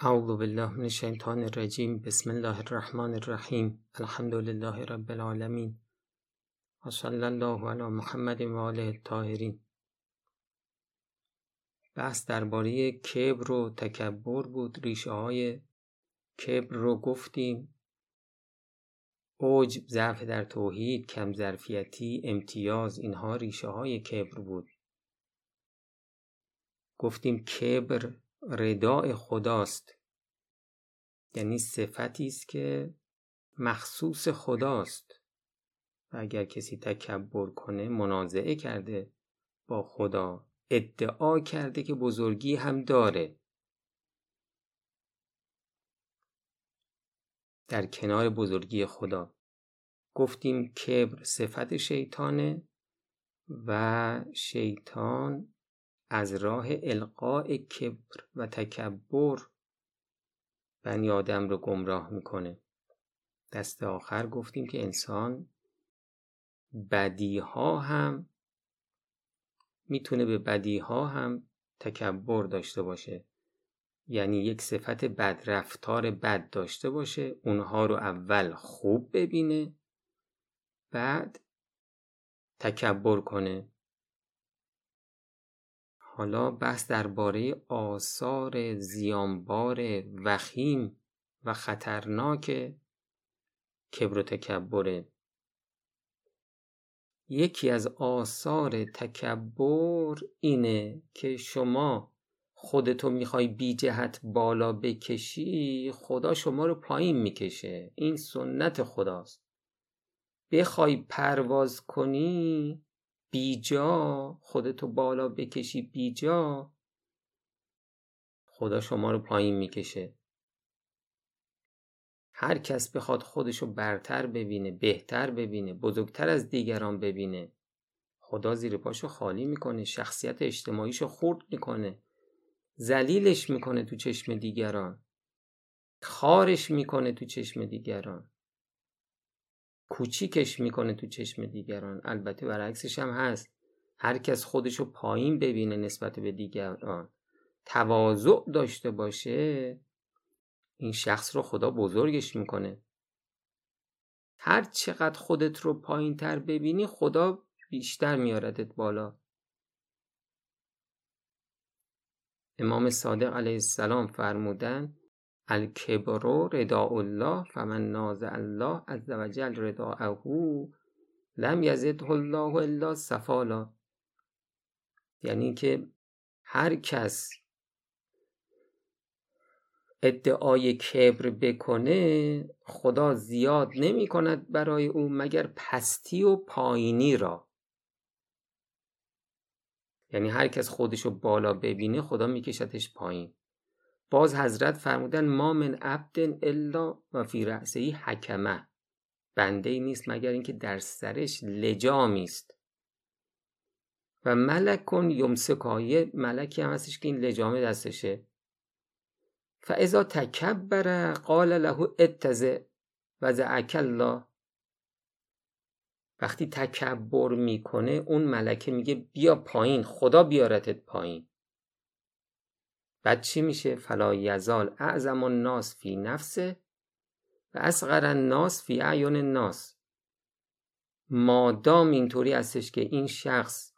اعوذ بالله من الشیطان الرجیم. بسم الله الرحمن الرحیم. الحمد لله رب العالمین و صلی الله علی محمد و آله الطاهرین. بحث درباره کبر و تکبر بود. ریشه های کبر رو گفتیم: عجب، ضعف در توحید، کم ظرفیتی، امتیاز، اینها ریشه های کبر بود. گفتیم کبر رداء خداست، یعنی صفتی است که مخصوص خداست و اگر کسی تکبر کنه منازعه کرده با خدا، ادعا کرده که بزرگی هم داره در کنار بزرگی خدا. گفتیم کبر صفت شیطانه و شیطان از راه القاء کبر و تکبر بنی آدم رو گمراه میکنه. دست آخر گفتیم که انسان بدیها هم میتونه به بدیها هم تکبر داشته باشه، یعنی یک صفت بد، رفتار بد داشته باشه، اونها رو اول خوب ببینه بعد تکبر کنه. حالا بحث درباره آثار زیانبار وخیم و خطرناک کبر و تکبره. یکی از آثار تکبر اینه که شما خودتو میخوای بی جهت بالا بکشی، خدا شما رو پایین میکشه. این سنت خداست. بخوای پرواز کنی بی جا، خودتو بالا بکشی بی جا، خدا شما رو پایین میکشه. هر کس بخواد خودشو برتر ببینه، بهتر ببینه، بزرگتر از دیگران ببینه، خدا زیر پاشو خالی میکنه، شخصیت اجتماعیشو خرد میکنه، ذلیلش میکنه تو چشم دیگران، خارش میکنه تو چشم دیگران، کوچیکش میکنه تو چشم دیگران. البته برعکسش هم هست. هر کس خودشو پایین ببینه نسبت به دیگران، تواضع داشته باشه، این شخص رو خدا بزرگش میکنه. هر چقدر خودت رو پایین تر ببینی خدا بیشتر میاردت بالا. امام صادق علیه السلام فرمودن: الکبر رداء الله فمن نازع الله عز وجل رداءه لم یزده الله الا سفالا. یعنی که هر کس ادعای کبر بکنه خدا زیاد نمی کند برای او مگر پستی و پایینی را. یعنی هر کس خودشو بالا ببینه خدا میکشتش پایین. باز حضرت فرمودن: ما من عبد الا و فی رأسه حکمه. بنده ای نیست مگر اینکه در سرش لجامی است. و ملکون یمسکایه، ملکی هم هستش که این لجامه دستشه. فاذا تکبر قال له اتزع وضعک الله. وقتی تکبر میکنه اون ملکه میگه بیا پایین، خدا بیارتت پایین. بعد چی میشه؟ فلا یزال اعظم الناس فی نفسه و اصغر الناس فی اعین الناس. مادام اینطوری هستش که این شخص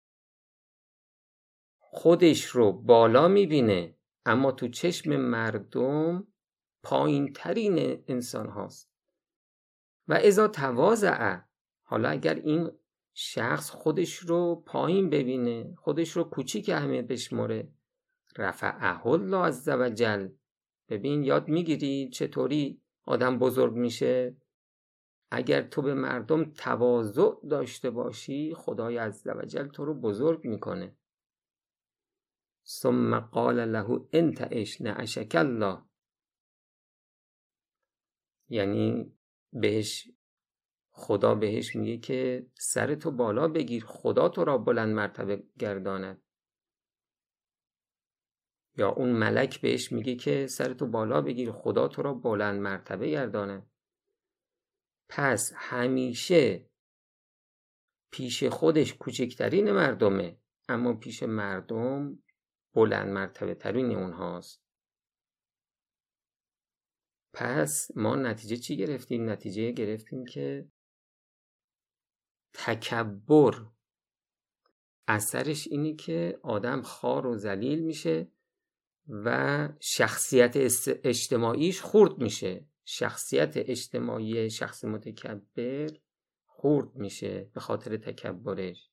خودش رو بالا میبینه اما تو چشم مردم پایین ترین انسان هاست. و اذا تواضع، حالا اگر این شخص خودش رو پایین ببینه، خودش رو کوچیک همه بشمره، رفعه الله عز وجل. ببین یاد میگیری چطوری آدم بزرگ میشه؟ اگر تو به مردم تواضع داشته باشی خدای عز وجل تو رو بزرگ میکنه. ثم قال له انتعش نعشک الله. یعنی خدا بهش میگه که سر تو بالا بگیر، خدا تو را بلند مرتبه گرداند. یا اون ملک بهش میگه که سر تو بالا بگیر، خدا تو را بلند مرتبه گرداند. پس همیشه پیش خودش کوچکترین مردمه اما پیش مردم بلند مرتبه ترین اونهاست. پس ما نتیجه چی گرفتیم؟ نتیجه گرفتیم که تکبر اثرش اینی که آدم خوار و ذلیل میشه و شخصیت اجتماعیش خورد میشه. شخصیت اجتماعی شخص متکبر خورد میشه به خاطر تکبرش.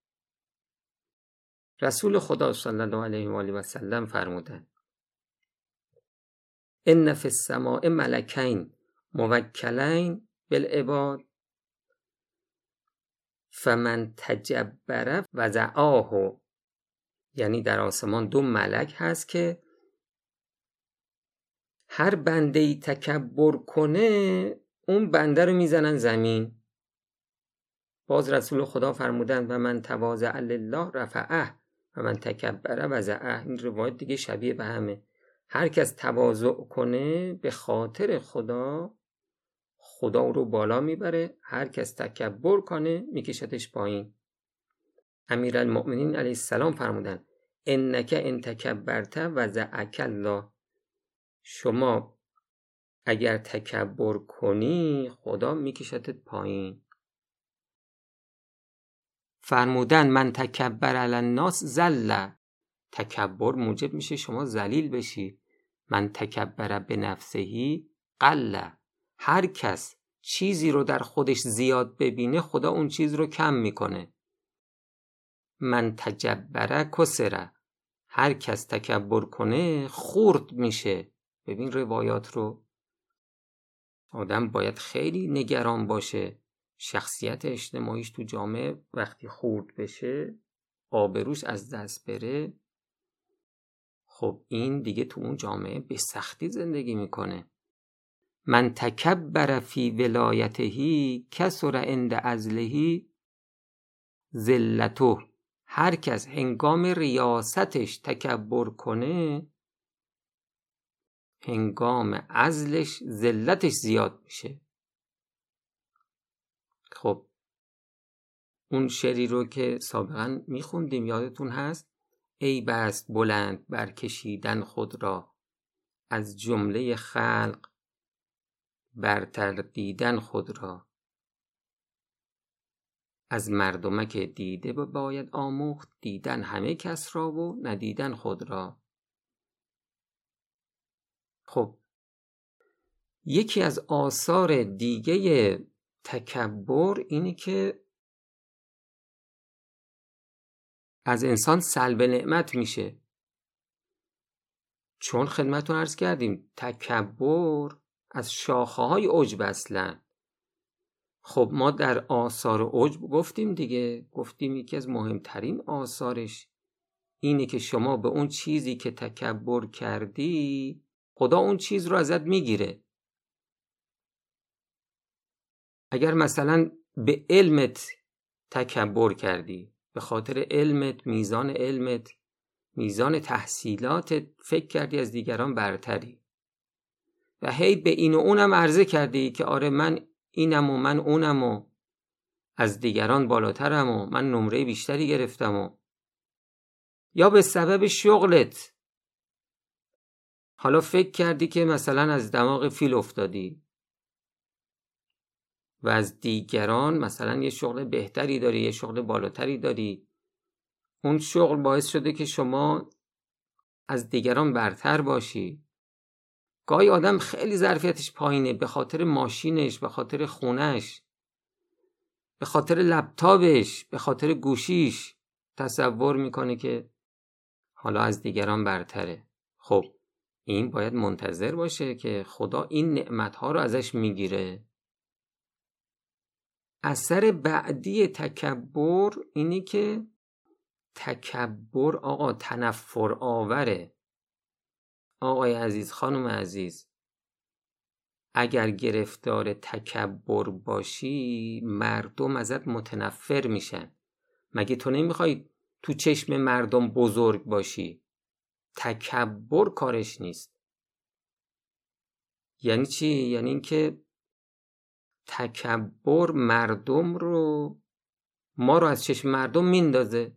رسول خدا صلی الله علیه و آله و سلم فرمودند ان فی السماء ملکین موکلین بالعباد فمن تجبر وضعاه. یعنی در آسمان 2 ملک هست که هر بنده‌ای تکبر کنه اون بنده رو میزنن زمین. باز رسول خدا فرمودن و من تواضع لله رفعه و من تکبر وضعه. این روایت دیگه شبیه به همه. هر کس تواضع کنه به خاطر خدا، خدا رو بالا میبره. هر کس تکبر کنه میکشتش پایین. امیرالمؤمنین علیه السلام فرمودن انک ان تکبرت وضعک الله. شما اگر تکبر کنی خدا میکشتت پایین. فرمودن من تکبر علی الناس ذل. تکبر موجب میشه شما ذلیل بشی. من تکبر به نفسه قل. هر کس چیزی رو در خودش زیاد ببینه خدا اون چیز رو کم میکنه. من تجبر کسر. هر کس تکبر کنه خورد میشه. ببین روایات رو. آدم باید خیلی نگران باشه شخصیت اجتماعیش تو جامعه وقتی خورد بشه، آبروش از دست بره، خب این دیگه تو اون جامعه به سختی زندگی میکنه. من تکبر فی ولایته کسر عند عزله ذلته. هر کس هنگام ریاستش تکبر کنه هنگام عزلش ذلتش زیاد میشه. خب اون شعری رو که سابقا میخوندیم یادتون هست؟ ای بست بلند برکشیدن خود را، از جمله خلق برتر دیدن خود را. از مردمک دیده باید آموخت، دیدن همه کس را و ندیدن خود را. خب یکی از آثار دیگه تکبر اینه که از انسان سلب نعمت میشه. چون خدمتتون عرض کردیم تکبر از شاخه‌های عجب اصلا. خب ما در آثار عجب گفتیم دیگه، گفتیم یکی از مهمترین آثارش اینه که شما به اون چیزی که تکبر کردی خدا اون چیز رو ازت میگیره. اگر مثلا به علمت تکبر کردی، به خاطر علمت، میزان تحصیلاتت فکر کردی از دیگران برتری و هی به این و اونم عرضه کردی که آره من اینم و من اونم و از دیگران بالاترم و من نمره بیشتری گرفتم و یا به سبب شغلت حالا فکر کردی که مثلا از دماغ فیل افتادی و از دیگران مثلا یه شغل بهتری داری، یه شغل بالاتری داری. اون شغل باعث شده که شما از دیگران برتر باشی. گاهی آدم خیلی ظرفیتش پایینه به خاطر ماشینش، به خاطر خونش، به خاطر لپتاپش، به خاطر گوشیش تصور میکنه که حالا از دیگران برتره. خب این باید منتظر باشه که خدا این نعمتها رو ازش میگیره. اثر بعدی تکبر اینی که تکبر آقا تنفر آوره. آقای عزیز، خانم عزیز، اگر گرفتار تکبر باشی مردم ازت متنفر میشن. مگه تو نمیخوای تو چشم مردم بزرگ باشی؟ تکبر کارش نیست. یعنی چی؟ یعنی اینکه تکبر ما رو از چشم مردم میندازه.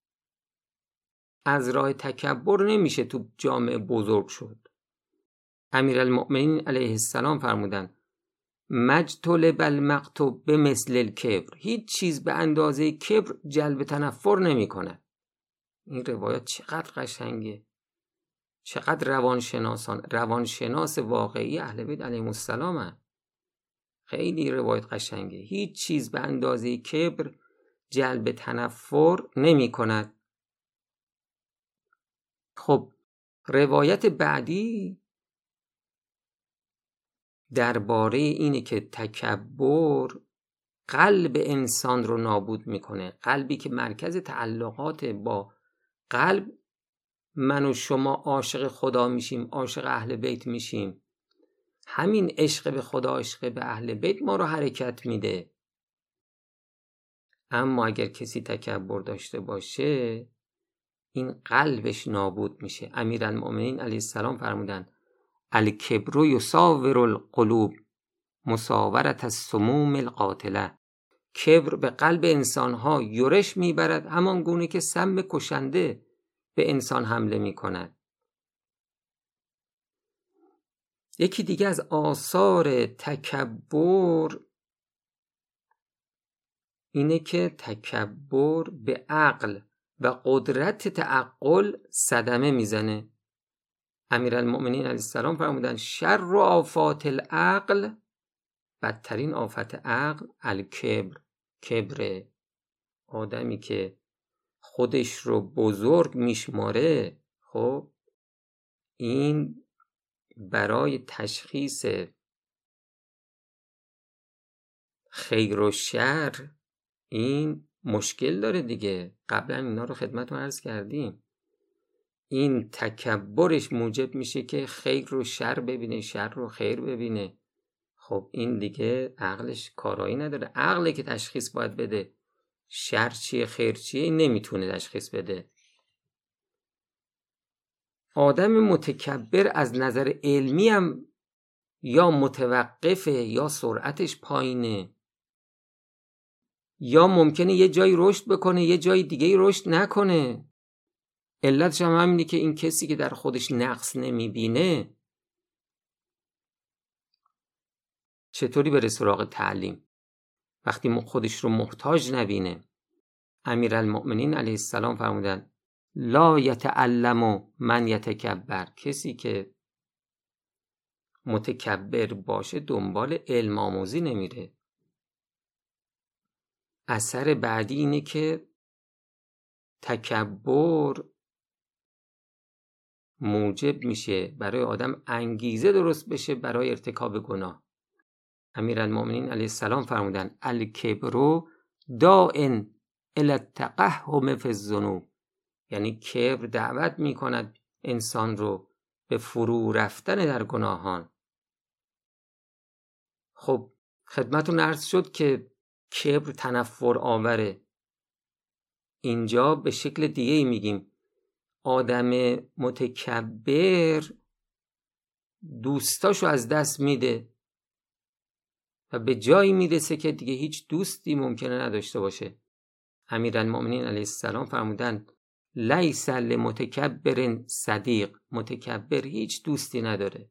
از راه تکبر نمیشه تو جامعه بزرگ شد. امیرالمؤمنین علیه السلام فرمودن مجتلب المقت بمثل الکبر، هیچ چیز به اندازه کبر جلب تنفر نمی کنه. این روایت چقدر قشنگه، چقدر روانشناس واقعی اهل بیت علیهم السلام هست. خیلی روایت قشنگه. هیچ چیز به اندازه کبر جلب تنفر نمی کند. خب روایت بعدی درباره اینه که تکبر قلب انسان رو نابود میکنه. قلبی که مرکز تعلقات با قلب، من و شما عاشق خدا میشیم، عاشق اهل بیت میشیم، همین عشق به خدا، عشق به اهل بیت ما رو حرکت میده. اما اگر کسی تکبر داشته باشه این قلبش نابود میشه. امیرالمؤمنین علیه السلام فرمودن الکبر یصاور القلوب مساورت السموم القاتله. کبر به قلب انسانها یورش میبرد، همان گونه که سم کشنده به انسان حمله میکند. یکی دیگه از آثار تکبر اینه که تکبر به عقل و قدرت تعقل صدمه میزنه. امیرالمؤمنین علیه السلام فرمودن شر و آفات العقل، بدترین آفت عقل الکبر، کبره. آدمی که خودش رو بزرگ میشماره، خب این برای تشخیص خیر و شر این مشکل داره دیگه. قبلا اینا رو خدمتتون عرض کردیم. این تکبرش موجب میشه که خیر رو شر ببینه، شر رو خیر ببینه. خب این دیگه عقلش کارایی نداره. عقله که تشخیص باید بده شر چیه خیر چیه، این نمیتونه تشخیص بده. آدم متکبر از نظر علمی هم یا متوقفه یا سرعتش پایینه، یا ممکنه یه جایی رشد بکنه یه جای دیگه رشد نکنه. علتش هم همینه که این کسی که در خودش نقص نمیبینه چطوری بره سراغ تعلیم وقتی خودش رو محتاج نبینه؟ امیرالمؤمنین علیه السلام فرمودن لا یتعلم من یتکبر، کسی که متکبر باشه دنبال علم آموزی نمیره. اثر بعدی اینه که تکبر موجب میشه برای آدم انگیزه درست بشه برای ارتکاب گناه. امیرالمؤمنین علیه السلام فرمودن الکبر داء الی التقحم فی الذنوب، یعنی کبر دعوت میکند انسان رو به فرو رفتن در گناهان. خب خدمتتون عرض شد که کبر تنفر آوره. اینجا به شکل دیگه میگیم آدم متکبر دوستاشو از دست میده و به جایی میرسه که دیگه هیچ دوستی ممکنه نداشته باشه. امیرالمؤمنین علیه السلام فرمودن لیس لمتکبر صدیق، متکبر هیچ دوستی نداره.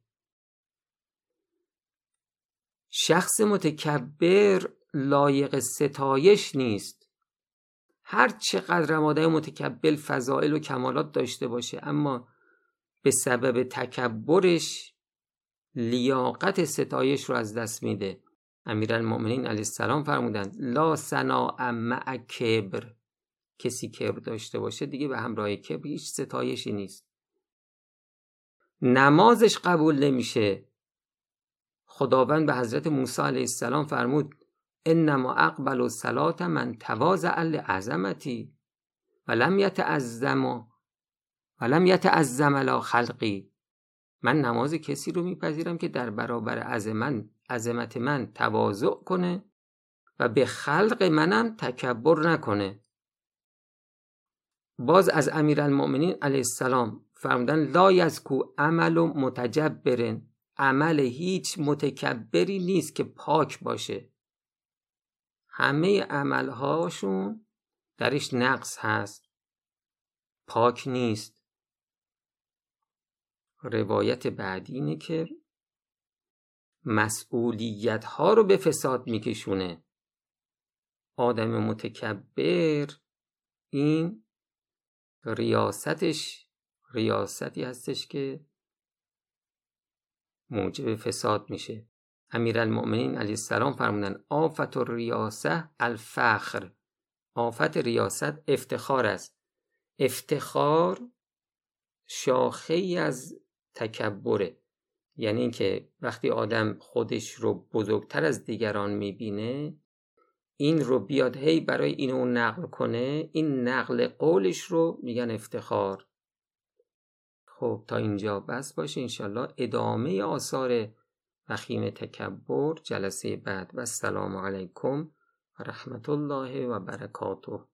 شخص متکبر لایق ستایش نیست. هر چقدر آدم متکبر فضائل و کمالات داشته باشه اما به سبب تکبرش لیاقت ستایش رو از دست میده. امیرالمؤمنین علیه السلام فرمودند لا ثناء مع کبر، کسی کبر داشته باشه دیگه به همراه کبر هیچ ستایشی نیست. نمازش قبول نمیشه. خداوند به حضرت موسی علیه السلام فرمود انما اقبل الصلاة من تواضع لعظمتی ولم یتعظم علی خلقی. من نماز کسی رو میپذیرم که در برابر عظمت من تواضع کنه و به خلق منم تکبر نکنه. باز از امیرالمؤمنین علیه السلام فرمودن لا یزکو عمل متجبر، عمل هیچ متکبری نیست که پاک باشه. همه عملهاشون درش نقص هست، پاک نیست. روایت بعدی اینه که مسئولیت ها رو به فساد میکشونه. آدم متکبر این ریاستی هستش که موجب فساد میشه. امیرالمؤمنین علیه السلام فرمودن آفت الریاسه الفخر. آفت ریاست افتخار است. افتخار شاخه ای از تکبره، یعنی اینکه وقتی آدم خودش رو بزرگتر از دیگران میبینه، این رو بیاد هی برای اینو نقل کنه، این نقل قولش رو میگن افتخار. خب تا اینجا بس باشه. انشالله ادامه آثار وخیم تکبر جلسه بعد. و السلام علیکم و رحمت الله و برکاته.